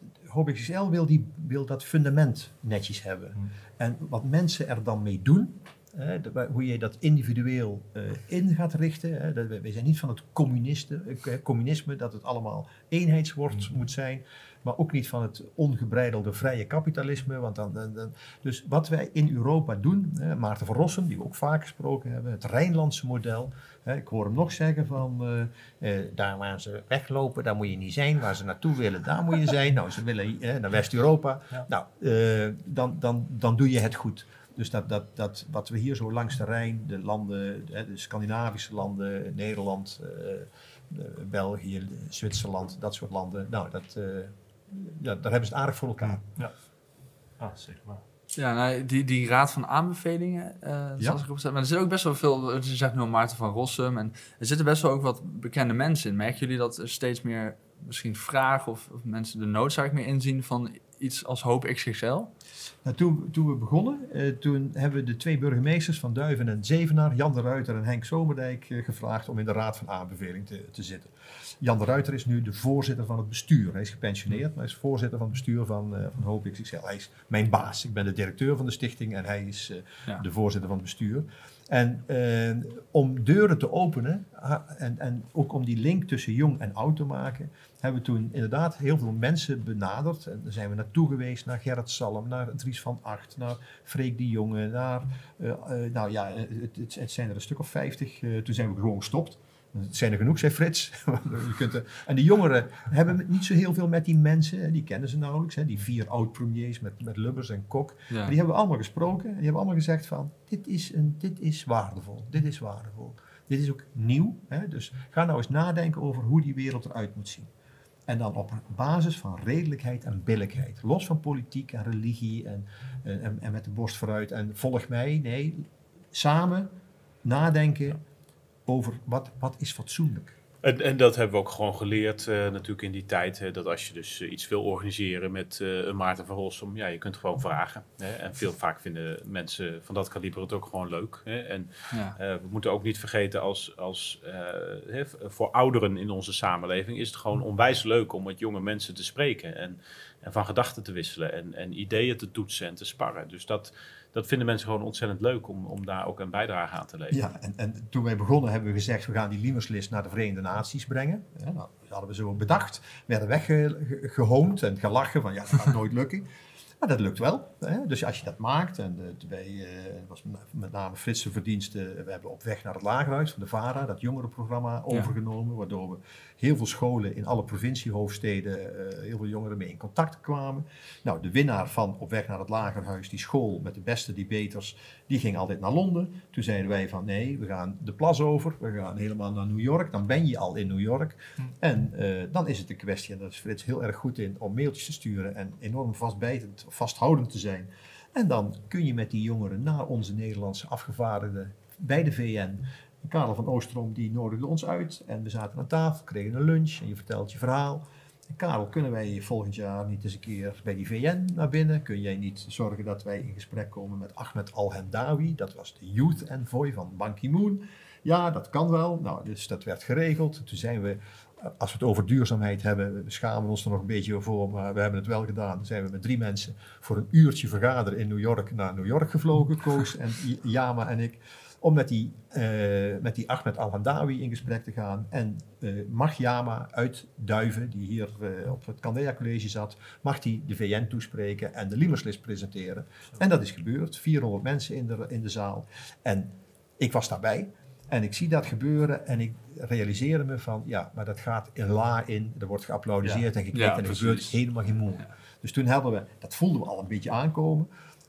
H B X X L wil, die, wil dat fundament netjes hebben. Hmm. En wat mensen er dan mee doen, hè, de, hoe je dat individueel uh, in gaat richten. Hè, dat, wij zijn niet van het communisten, uh, communisme, dat het allemaal eenheidsworst Hmm. moet zijn. Maar ook niet van het ongebreidelde vrije kapitalisme. Want dan, dan, dan, dus wat wij in Europa doen, hè, Maarten van Rossum, die we ook vaak gesproken hebben, het Rijnlandse model. Hè, ik hoor hem nog zeggen van, uh, uh, daar waar ze weglopen, daar moet je niet zijn. Waar ze naartoe willen, daar moet je zijn. Nou, ze willen uh, naar West-Europa. Ja. Nou, uh, dan, dan, dan doe je het goed. Dus dat, dat, dat wat we hier zo langs de Rijn, de landen, de, de Scandinavische landen, Nederland, uh, België, Zwitserland, dat soort landen. Nou, dat... Uh, Ja, daar hebben ze het aardig voor elkaar. Ja, ah, zeker waar. Ja, nou, die, die raad van aanbevelingen, uh, Ja. zoals ik opzet. Maar er zitten ook best wel veel, je zegt nu al Maarten van Rossum, en er zitten best wel ook wat bekende mensen in. Merken jullie dat er steeds meer misschien vragen of, of mensen de noodzaak meer inzien van iets als Hoop X X L? Nou, toen, toen we begonnen, uh, toen hebben we de twee burgemeesters van Duiven en Zevenaar, Jan de Ruiter en Henk Zomerdijk, uh, gevraagd om in de raad van aanbeveling te, te zitten. Jan de Ruiter is nu de voorzitter van het bestuur. Hij is gepensioneerd, maar hij is voorzitter van het bestuur van, uh, van Hoop X X L. Hij is mijn baas. Ik ben de directeur van de stichting en hij is uh, Ja. de voorzitter van het bestuur. En uh, om deuren te openen ha, en, en ook om die link tussen jong en oud te maken, hebben we toen inderdaad heel veel mensen benaderd. En daar zijn we naartoe geweest, naar Gerrit Salm, naar Dries van Acht, naar Freek de Jonge, naar, uh, uh, nou ja, het, het, het zijn er een stuk of vijftig. Uh, toen zijn we gewoon gestopt. Het zijn er genoeg, zei Frits. Je kunt er, en die jongeren hebben niet zo heel veel met die mensen, die kennen ze nauwelijks, hè, die vier oud-premiers met, met Lubbers en Kok. Ja. Maar die hebben we allemaal gesproken en die hebben allemaal gezegd van, dit is, een, dit is waardevol, dit is waardevol. Dit is ook nieuw, hè, dus ga nou eens nadenken over hoe die wereld eruit moet zien. En dan op basis van redelijkheid en billijkheid. Los van politiek en religie en, en, en met de borst vooruit en volg mij. Nee, samen nadenken over wat, wat is fatsoenlijk. En, en dat hebben we ook gewoon geleerd uh, natuurlijk in die tijd. Hè, dat als je dus uh, iets wil organiseren met uh, een Maarten van Rossum, ja, je kunt gewoon vragen. Hè, en veel vaak vinden mensen van dat kaliber het ook gewoon leuk. Hè, en Ja. uh, we moeten ook niet vergeten, als, als, uh, hè, voor ouderen in onze samenleving is het gewoon onwijs leuk om met jonge mensen te spreken. En, en van gedachten te wisselen en, en ideeën te toetsen en te sparren. Dus dat... Dat vinden mensen gewoon ontzettend leuk om, om daar ook een bijdrage aan te leveren. Ja, en, en toen wij begonnen hebben we gezegd, we gaan die Liemerslist naar de Verenigde Naties brengen. Ja, nou, dat hadden we zo bedacht. We werden weggehoond en gelachen van ja, dat gaat nooit lukken. Maar dat lukt wel. Hè? Dus als je dat maakt, en de, wij, uh, was met name Fritse verdiensten, we hebben op weg naar het Lagerhuis van de VARA, dat jongerenprogramma, overgenomen, waardoor we heel veel scholen in alle provinciehoofdsteden, uh, heel veel jongeren mee in contact kwamen. Nou, de winnaar van Op weg naar het Lagerhuis, die school met de beste debaters, die ging altijd naar Londen. Toen zeiden wij van nee, we gaan de plas over, we gaan helemaal naar New York. Dan ben je al in New York. Hm. En uh, dan is het een kwestie, en daar is Frits heel erg goed in, om mailtjes te sturen en enorm vastbijtend, vasthoudend te zijn. En dan kun je met die jongeren naar onze Nederlandse afgevaardigden bij de V N. Karel van Oostrom die nodigde ons uit en we zaten aan tafel, kregen een lunch en je vertelt je verhaal. En Karel, kunnen wij volgend jaar niet eens een keer bij die V N naar binnen? Kun jij niet zorgen dat wij in gesprek komen met Ahmed Al-Hendawi? Dat was de youth envoy van Ban Ki-moon. Ja, dat kan wel. Nou, dus dat werd geregeld. Toen zijn we, als we het over duurzaamheid hebben, we schamen ons er nog een beetje voor, maar we hebben het wel gedaan. Dan zijn we met drie mensen voor een uurtje vergaderen in New York naar New York gevlogen, Koos en Jama en ik, om met die, uh, met die Ahmed Al-Hendawi in gesprek te gaan. En uh, mag Jama uit Duiven, die hier uh, op het Candea College zat, mag die de V N toespreken en de Liemerslist presenteren. En dat is gebeurd. vierhonderd mensen in de, in de zaal. En ik was daarbij. En ik zie dat gebeuren en ik realiseerde me van, ja, maar dat gaat in la in, er wordt geapplaudiseerd Ja. en geknikt Ja, en er precies. gebeurt helemaal geen moe. Ja. Dus toen hadden we, dat voelden we al een beetje aankomen.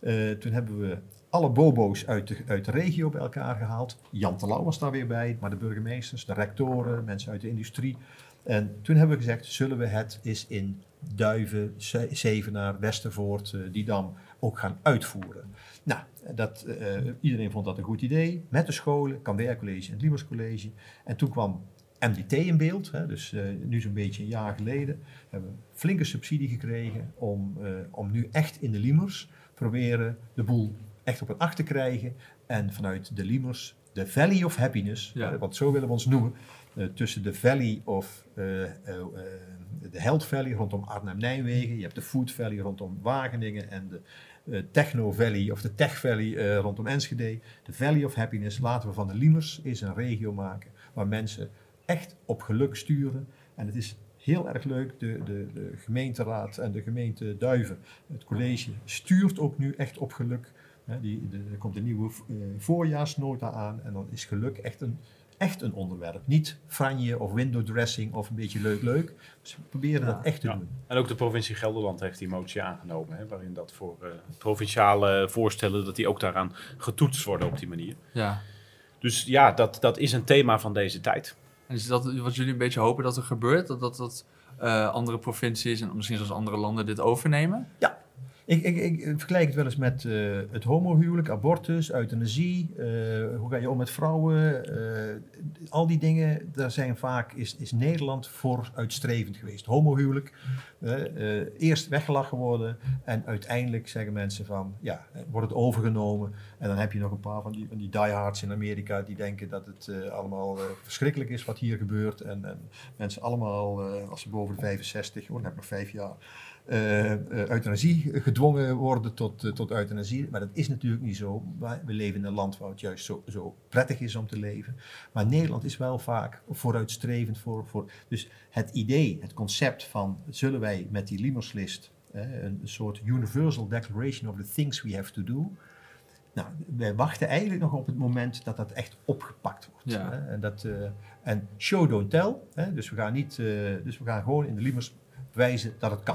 Uh, toen hebben we alle bobo's uit de, uit de regio bij elkaar gehaald. Jan Terlouw was daar weer bij, maar de burgemeesters, de rectoren, mensen uit de industrie. En toen hebben we gezegd, zullen we het eens in Duiven, Zevenaar, Westervoort, uh, Didam ook gaan uitvoeren. Nou, dat, uh, iedereen vond dat een goed idee. Met de scholen, Canberra College en het Liemers College. En toen kwam M D T in beeld, hè, dus uh, nu zo'n beetje een jaar geleden. Hebben we flinke subsidie gekregen om, uh, om nu echt in de Liemers proberen de boel echt op een acht te krijgen. En vanuit de Liemers de Valley of Happiness, ja. uh, want zo willen we ons noemen. Uh, tussen de Valley of uh, uh, uh, de Health Valley rondom Arnhem-Nijmegen. Je hebt de Food Valley rondom Wageningen en de uh, Techno Valley of de Tech Valley uh, rondom Enschede. De Valley of Happiness. Laten we van de Liemers eens een regio maken waar mensen echt op geluk sturen. En het is heel erg leuk. De, de, de gemeenteraad en de gemeente Duiven, het college, stuurt ook nu echt op geluk. He, die, de, er komt een nieuwe uh, voorjaarsnota aan en dan is geluk echt een Echt een onderwerp. Niet franje of window dressing of een beetje leuk-leuk. Dus we proberen ja, dat echt te ja. doen. En ook de provincie Gelderland heeft die motie aangenomen. Hè, waarin dat voor uh, provinciale voorstellen, dat die ook daaraan getoetst worden op die manier. Ja. Dus ja, dat, dat is een thema van deze tijd. En is dat wat jullie een beetje hopen dat er gebeurt? Dat, dat, dat uh, andere provincies en misschien zelfs andere landen dit overnemen? Ja. Ik, ik, ik vergelijk het wel eens met uh, het homohuwelijk, abortus, euthanasie, uh, hoe ga je om met vrouwen, uh, al die dingen, daar zijn vaak, is, is Nederland voor uitstrevend geweest. Homohuwelijk, uh, uh, eerst weggelachen worden en uiteindelijk zeggen mensen van, ja, wordt het overgenomen en dan heb je nog een paar van die, van die diehards in Amerika die denken dat het uh, allemaal uh, verschrikkelijk is wat hier gebeurt en, en mensen allemaal, uh, als ze boven de vijfenzestig, oh, dan heb ik nog vijf jaar, Uh, uh, euthanasie gedwongen worden tot, uh, tot euthanasie. Maar dat is natuurlijk niet zo. We leven in een land waar het juist zo, zo prettig is om te leven. Maar Nederland is wel vaak vooruitstrevend voor, voor... Dus het idee, het concept van... zullen wij met die Liemerslist uh, een soort universal declaration of the things we have to do... Nou, wij wachten eigenlijk nog op het moment dat dat echt opgepakt wordt. Ja. Hè? En, dat, uh, en show don't tell. Hè? Dus, we gaan niet, uh, dus we gaan gewoon in de Liemers wijzen dat het kan.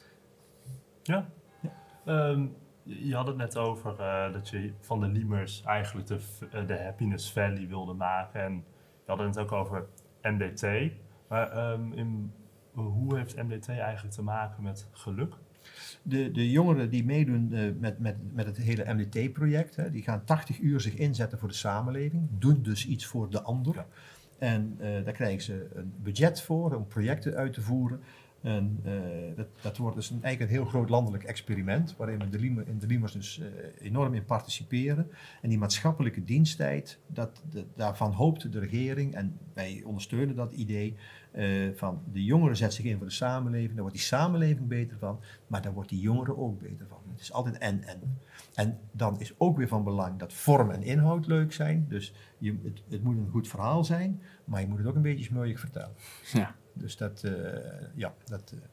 Ja. ja. Um, je had het net over uh, dat je van de Liemers eigenlijk de, uh, de Happiness Valley wilde maken. En je had het ook over M D T. Maar um, in, hoe heeft M D T eigenlijk te maken met geluk? De, de jongeren die meedoen uh, met, met, met het hele M D T-project, hè, die gaan tachtig uur zich inzetten voor de samenleving. Doen dus iets voor de ander. Ja. En uh, daar krijgen ze een budget voor om projecten uit te voeren. En uh, dat, dat wordt dus een, eigenlijk een heel groot landelijk experiment, waarin we de Liemer, in de Liemers dus uh, enorm in participeren. En die maatschappelijke diensttijd, dat, de, daarvan hoopt de regering, en wij ondersteunen dat idee, uh, van de jongeren zetten zich in voor de samenleving, daar wordt die samenleving beter van, maar daar wordt die jongeren ook beter van. Het is altijd en-en. En dan is ook weer van belang dat vorm en inhoud leuk zijn, dus je, het, het moet een goed verhaal zijn, maar je moet het ook een beetje smeuïg vertellen. Ja. Dus dat, uh, ja, dat... Uh...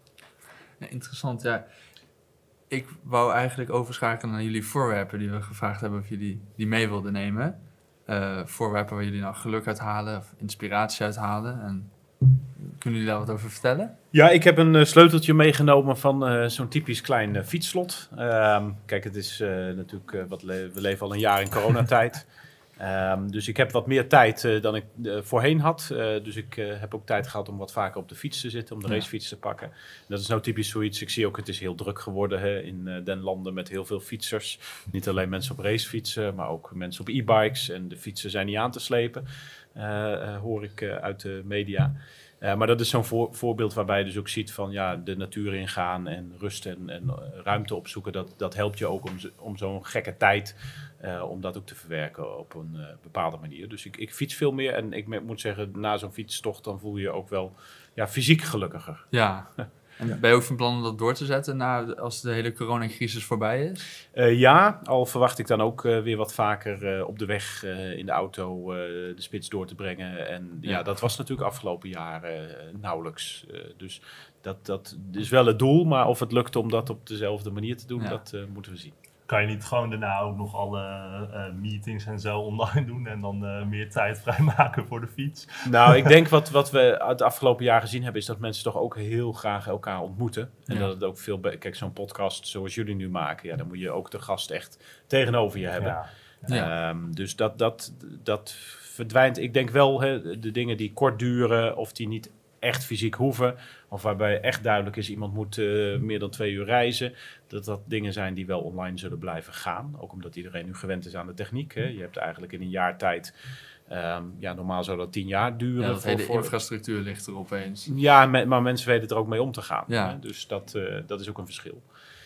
Ja, interessant, ja. Ik wou eigenlijk overschakelen naar jullie voorwerpen die we gevraagd hebben of jullie die mee wilden nemen. Uh, voorwerpen waar jullie nou geluk uit halen of inspiratie uit halen. En kunnen jullie daar wat over vertellen? Ja, ik heb een uh, sleuteltje meegenomen van uh, zo'n typisch klein uh, fietsslot. Uh, kijk, het is uh, natuurlijk, uh, wat le- we leven al een jaar in coronatijd. Um, dus ik heb wat meer tijd uh, dan ik uh, voorheen had. Uh, dus ik uh, heb ook tijd gehad om wat vaker op de fiets te zitten, om de ja. racefiets te pakken. En dat is nou typisch zoiets. Ik zie ook, het is heel druk geworden hè, in uh, den landen met heel veel fietsers. Niet alleen mensen op racefietsen, maar ook mensen op e-bikes. En de fietsen zijn niet aan te slepen, uh, uh, hoor ik uh, uit de media. Uh, maar dat is zo'n voor, voorbeeld waarbij je dus ook ziet van ja, de natuur ingaan en rust en, en uh, ruimte opzoeken. Dat, dat helpt je ook om, om zo'n gekke tijd, uh, om dat ook te verwerken op een uh, bepaalde manier. Dus ik, ik fiets veel meer en ik moet zeggen, na zo'n fietstocht dan voel je je ook wel ja, fysiek gelukkiger. Ja. En ben je ook van plan om dat door te zetten na, als de hele coronacrisis voorbij is? Uh, ja, al verwacht ik dan ook uh, weer wat vaker uh, op de weg uh, in de auto uh, de spits door te brengen. En ja, ja dat was natuurlijk afgelopen jaren uh, nauwelijks. Uh, dus dat, dat is wel het doel, maar of het lukt om dat op dezelfde manier te doen, ja. dat uh, moeten we zien. Kan je niet gewoon daarna ook nog alle uh, meetings en zo online doen en dan uh, meer tijd vrijmaken voor de fiets? Nou, ik denk wat, wat we het afgelopen jaar gezien hebben, is dat mensen toch ook heel graag elkaar ontmoeten. En ja. dat het ook veel... Be- Kijk, zo'n podcast zoals jullie nu maken, ja, dan moet je ook de gast echt tegenover je hebben. Ja. Ja. Um, dus dat, dat, dat verdwijnt. Ik denk wel, hè, de dingen die kort duren of die niet echt fysiek hoeven, of waarbij echt duidelijk is, iemand moet uh, meer dan twee uur reizen, dat dat dingen zijn die wel online zullen blijven gaan. Ook omdat iedereen nu gewend is aan de techniek. Hè. Je hebt eigenlijk in een jaar tijd, um, ja, normaal zou dat tien jaar duren. Ja, dat voor, hele voor... infrastructuur ligt er opeens. Ja, me, maar mensen weten er ook mee om te gaan. Ja. Hè. Dus dat, uh, dat is ook een verschil.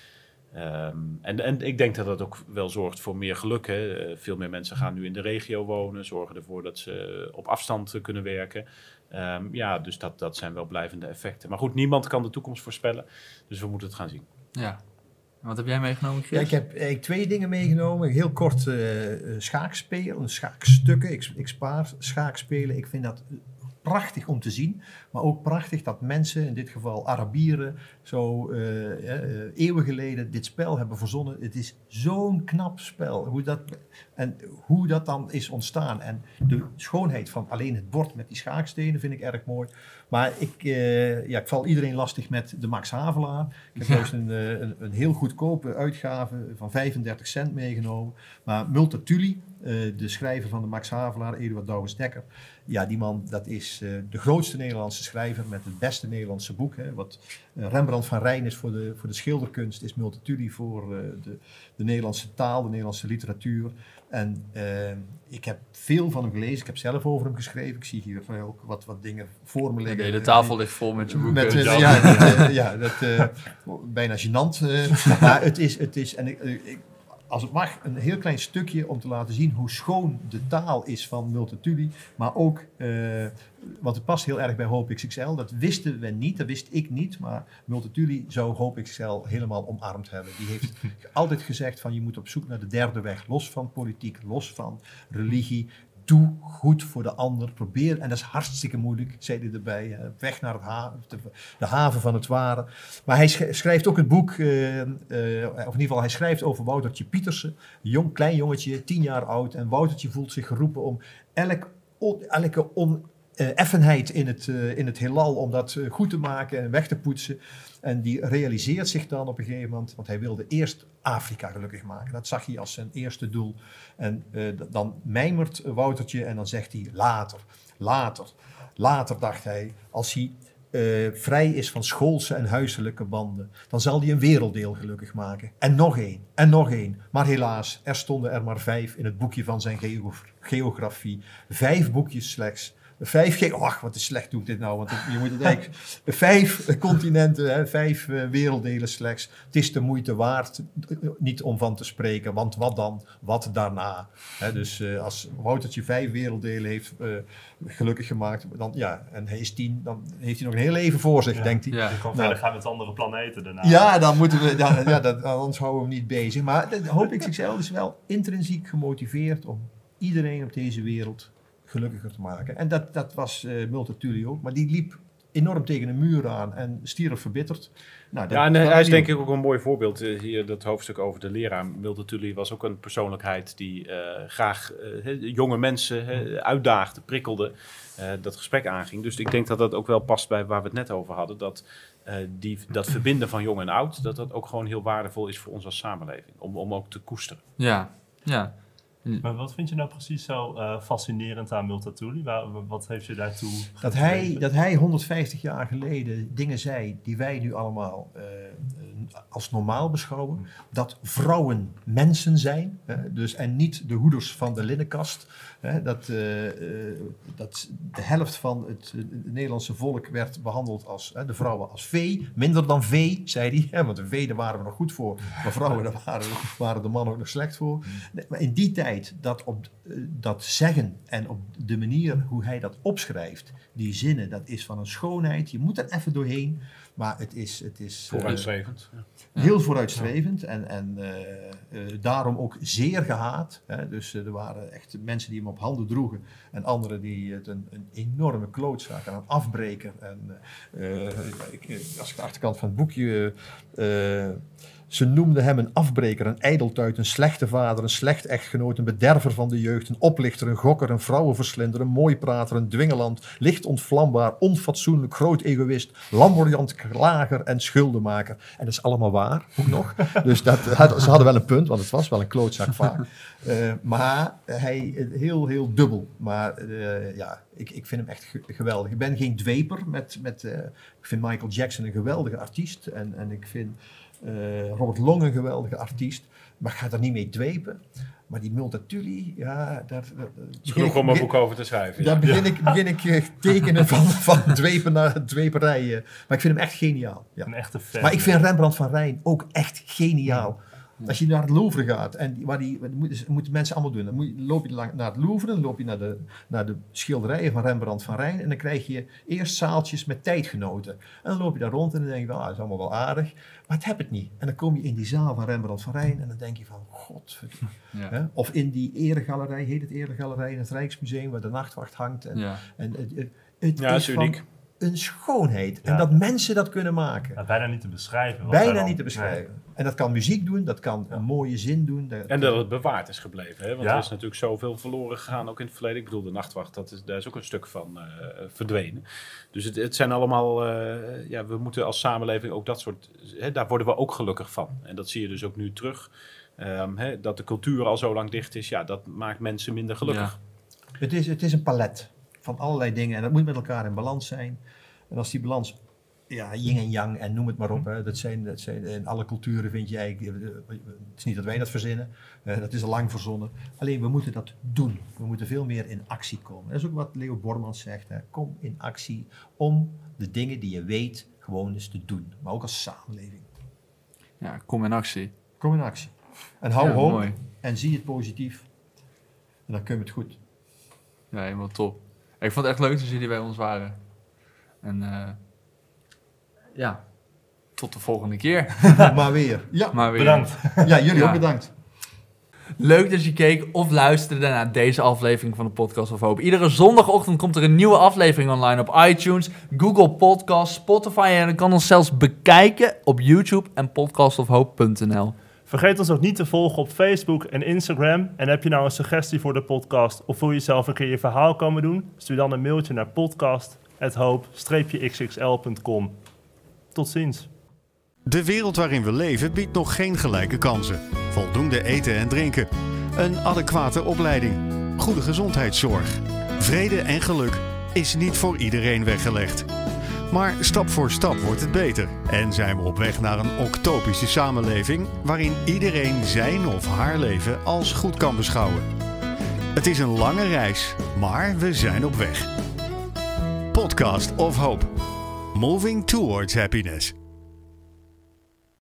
Um, en, en ik denk dat dat ook wel zorgt voor meer geluk. Hè. Uh, veel meer mensen gaan nu in de regio wonen, zorgen ervoor dat ze op afstand uh, kunnen werken. Um, ja, dus dat, dat zijn wel blijvende effecten. Maar goed, niemand kan de toekomst voorspellen, dus we moeten het gaan zien. Ja. En wat heb jij meegenomen, Chris? Ja, ik heb eigenlijk twee dingen meegenomen. Heel kort uh, schaakspelen, schaakstukken. Ik, ik spaar schaakspelen. Ik vind dat prachtig om te zien, maar ook prachtig dat mensen, in dit geval Arabieren, zo uh, uh, eeuwen geleden dit spel hebben verzonnen. Het is zo'n knap spel. Hoe dat, en hoe dat dan is ontstaan. En de schoonheid van alleen het bord met die schaakstenen vind ik erg mooi. Maar ik, uh, ja, ik val iedereen lastig met de Max Havelaar. Ik heb juist een, uh, een, een heel goedkope uitgave van vijfendertig cent meegenomen. Maar Multatuli, uh, de schrijver van de Max Havelaar, Eduard Douwes-Dekker, ja, die man, dat is uh, de grootste Nederlandse schrijver met het beste Nederlandse boek. Hè. Wat uh, Rembrandt van Rijn is voor de, voor de schilderkunst, is Multatuli voor uh, de, de Nederlandse taal, de Nederlandse literatuur. En uh, ik heb veel van hem gelezen. Ik heb zelf over hem geschreven. Ik zie hier uh, ook wat, wat dingen voor me liggen. De hele tafel ligt vol met je boeken. Met, uh, ja, ja, dat, uh, ja, dat uh, bijna gênant. Uh, maar het is, het is en ik, ik, als het mag, een heel klein stukje om te laten zien hoe schoon de taal is van Multatuli. Maar ook, uh, want het past heel erg bij Hoop X X L. Dat wisten we niet, dat wist ik niet. Maar Multatuli zou Hoop X X L helemaal omarmd hebben. Die heeft altijd gezegd van je moet op zoek naar de derde weg. Los van politiek, los van religie. Doe goed voor de ander, probeer, en dat is hartstikke moeilijk, zei hij erbij, uh, weg naar het ha- de, de haven van het ware. Maar hij schrijft ook het boek, uh, uh, of in ieder geval hij schrijft over Woutertje Pietersen, een jong, klein jongetje, tien jaar oud, en Woutertje voelt zich geroepen om elk, on, elke oneffenheid in het, uh, in het heelal, om dat uh, goed te maken en weg te poetsen. En die realiseert zich dan op een gegeven moment, want hij wilde eerst Afrika gelukkig maken. Dat zag hij als zijn eerste doel. En uh, dan mijmert Woutertje en dan zegt hij later, later, later dacht hij, als hij uh, vrij is van schoolse en huiselijke banden, dan zal hij een werelddeel gelukkig maken. En nog één, en nog één. Maar helaas, er stonden er maar vijf in het boekje van zijn geogra- geografie. Vijf boekjes slechts. Vijf, ge- ach, wat is slecht doe ik dit nou, want je moet het eigenlijk, vijf continenten, hè, vijf uh, werelddelen slechts. Het is de moeite waard, niet om van te spreken, want wat dan, wat daarna. Hè, dus uh, als Woutertje vijf werelddelen heeft uh, gelukkig gemaakt, dan, ja, en hij is tien, dan heeft hij nog een heel leven voor zich, ja, denkt hij. Ja. Je kan nou, verder gaan met andere planeten daarna. Ja, dan moeten we, ja, ja, dat, anders houden we hem niet bezig. Maar de Hoop X X L is wel intrinsiek gemotiveerd om iedereen op deze wereld gelukkiger te maken. En dat, dat was uh, Multatuli ook, maar die liep enorm tegen een muur aan en stierf verbitterd. Nou, dat, ja, en dat hij is niet. denk ik ook een mooi voorbeeld. Uh, hier dat hoofdstuk over de leraar. Multatuli was ook een persoonlijkheid die uh, graag uh, jonge mensen uh, uitdaagde, prikkelde, uh, dat gesprek aanging. Dus ik denk dat dat ook wel past bij waar we het net over hadden. Dat uh, die, dat verbinden van jong en oud, dat dat ook gewoon heel waardevol is voor ons als samenleving. Om, om ook te koesteren. Ja, ja. Maar wat vind je nou precies zo uh, fascinerend aan Multatuli? Waar, wat heeft je daartoe dat hij, dat hij honderdvijftig jaar geleden dingen zei die wij nu allemaal uh, als normaal beschouwen. Dat vrouwen mensen zijn, hè, dus, en niet de hoeders van de linnenkast. Hè, dat, uh, uh, dat de helft van het, uh, het Nederlandse volk werd behandeld als uh, de vrouwen als vee. Minder dan vee, zei hij. Hè, want de vee, daar waren we nog goed voor. Maar vrouwen, daar waren, waren de mannen ook nog slecht voor. Nee, maar in die tijd, dat, op, uh, dat zeggen en op de manier hoe hij dat opschrijft, die zinnen, dat is van een schoonheid. Je moet er even doorheen, maar het is... Het is vooruitstrevend. Uh, ja. Heel vooruitstrevend en, en uh, uh, daarom ook zeer gehaat. Hè? Dus uh, er waren echt mensen die hem op handen droegen en anderen die het een, een enorme klootzak en een afbreker. En, uh, uh, ik, als ik de achterkant van het boekje uh, Ze noemden hem een afbreker, een ijdeltuit, een slechte vader, een slecht echtgenoot, een bederver van de jeugd, een oplichter, een gokker, een vrouwenverslinder, een mooiprater, een dwingeland, licht ontvlambaar, onfatsoenlijk, groot egoïst, lamboyant klager en schuldenmaker. En dat is allemaal waar, ook nog. Dus dat, ze hadden wel een punt, want het was wel een klootzak vaak. Uh, maar hij, heel, heel dubbel. Maar uh, ja, ik, ik vind hem echt ge- geweldig. Ik ben geen dweper met... met uh, ik vind Michael Jackson een geweldige artiest. En, en ik vind uh, Robert Long een geweldige artiest. Maar ik ga er niet mee dwepen. Maar die Multatuli, ja... Daar, daar, is genoeg om een boek over te schrijven. Daar ja. begin ik, begin ik uh, tekenen van, van dwepen naar dweperij. Uh. Maar ik vind hem echt geniaal. Ja. Een echte fan. Maar ik vind Rembrandt van Rijn ook echt geniaal. Ja. Als je naar het Louvre gaat, en waar die, wat moeten, moeten mensen allemaal doen. Dan moet je, loop je lang, naar het Louvre, dan loop je naar de, naar de schilderijen van Rembrandt van Rijn. En dan krijg je eerst zaaltjes met tijdgenoten. En dan loop je daar rond en dan denk je, wel, ah, dat is allemaal wel aardig. Maar het heb het niet. En dan kom je in die zaal van Rembrandt van Rijn en dan denk je van, god. Ja. Hè? Of in die eregalerij, heet het eregalerij in het Rijksmuseum, waar de nachtwacht hangt. En, Ja. en het, het, het Ja, is is uniek. van een schoonheid. Ja. En dat mensen dat kunnen maken. Ja, bijna niet te beschrijven. wat Bijna daar dan- niet te beschrijven. En dat kan muziek doen, dat kan een mooie zin doen. Dat En dat het bewaard is gebleven. Hè? Want Ja. er is natuurlijk zoveel verloren gegaan, ook in het verleden. Ik bedoel, de Nachtwacht, dat is, daar is ook een stuk van uh, verdwenen. Dus het, het zijn allemaal... Uh, ja, we moeten als samenleving ook dat soort... Hè, daar worden we ook gelukkig van. En dat zie je dus ook nu terug. Um, hè, dat de cultuur al zo lang dicht is, ja, dat maakt mensen minder gelukkig. Ja. Het is, het is een palet van allerlei dingen. En dat moet met elkaar in balans zijn. En als die balans... Ja, yin en yang en noem het maar op. Hè. Dat zijn, dat zijn, in alle culturen vind je eigenlijk... Het is niet dat wij dat verzinnen. Uh, dat is al lang verzonnen. Alleen, we moeten dat doen. We moeten veel meer in actie komen. Dat is ook wat Leo Bormans zegt. Hè. Kom in actie om de dingen die je weet gewoon eens te doen. Maar ook als samenleving. Ja, kom in actie. Kom in actie. En hou Ja, hoop mooi. en zie het positief. En dan kun je het goed. Ja, helemaal top. Ik vond het echt leuk dat jullie bij ons waren. En uh, ja, tot de volgende keer. Maar weer. Ja, Maar weer. Bedankt. ja jullie Ja. ook bedankt. Leuk dat je keek of luisterde naar deze aflevering van de Podcast of Hope. Iedere zondagochtend komt er een nieuwe aflevering online op iTunes, Google Podcasts, Spotify en je kan ons zelfs bekijken op YouTube en podcast of hope punt n l. Vergeet ons ook niet te volgen op Facebook en Instagram. En heb je nou een suggestie voor de podcast of wil je zelf een keer je verhaal komen doen? Stuur dan een mailtje naar podcast at hope dash x x l punt com. Tot ziens. De wereld waarin we leven biedt nog geen gelijke kansen. Voldoende eten en drinken. Een adequate opleiding. Goede gezondheidszorg. Vrede en geluk is niet voor iedereen weggelegd. Maar stap voor stap wordt het beter. En zijn we op weg naar een octopische samenleving waarin iedereen zijn of haar leven als goed kan beschouwen. Het is een lange reis, maar we zijn op weg. Podcast of Hope. Moving towards happiness.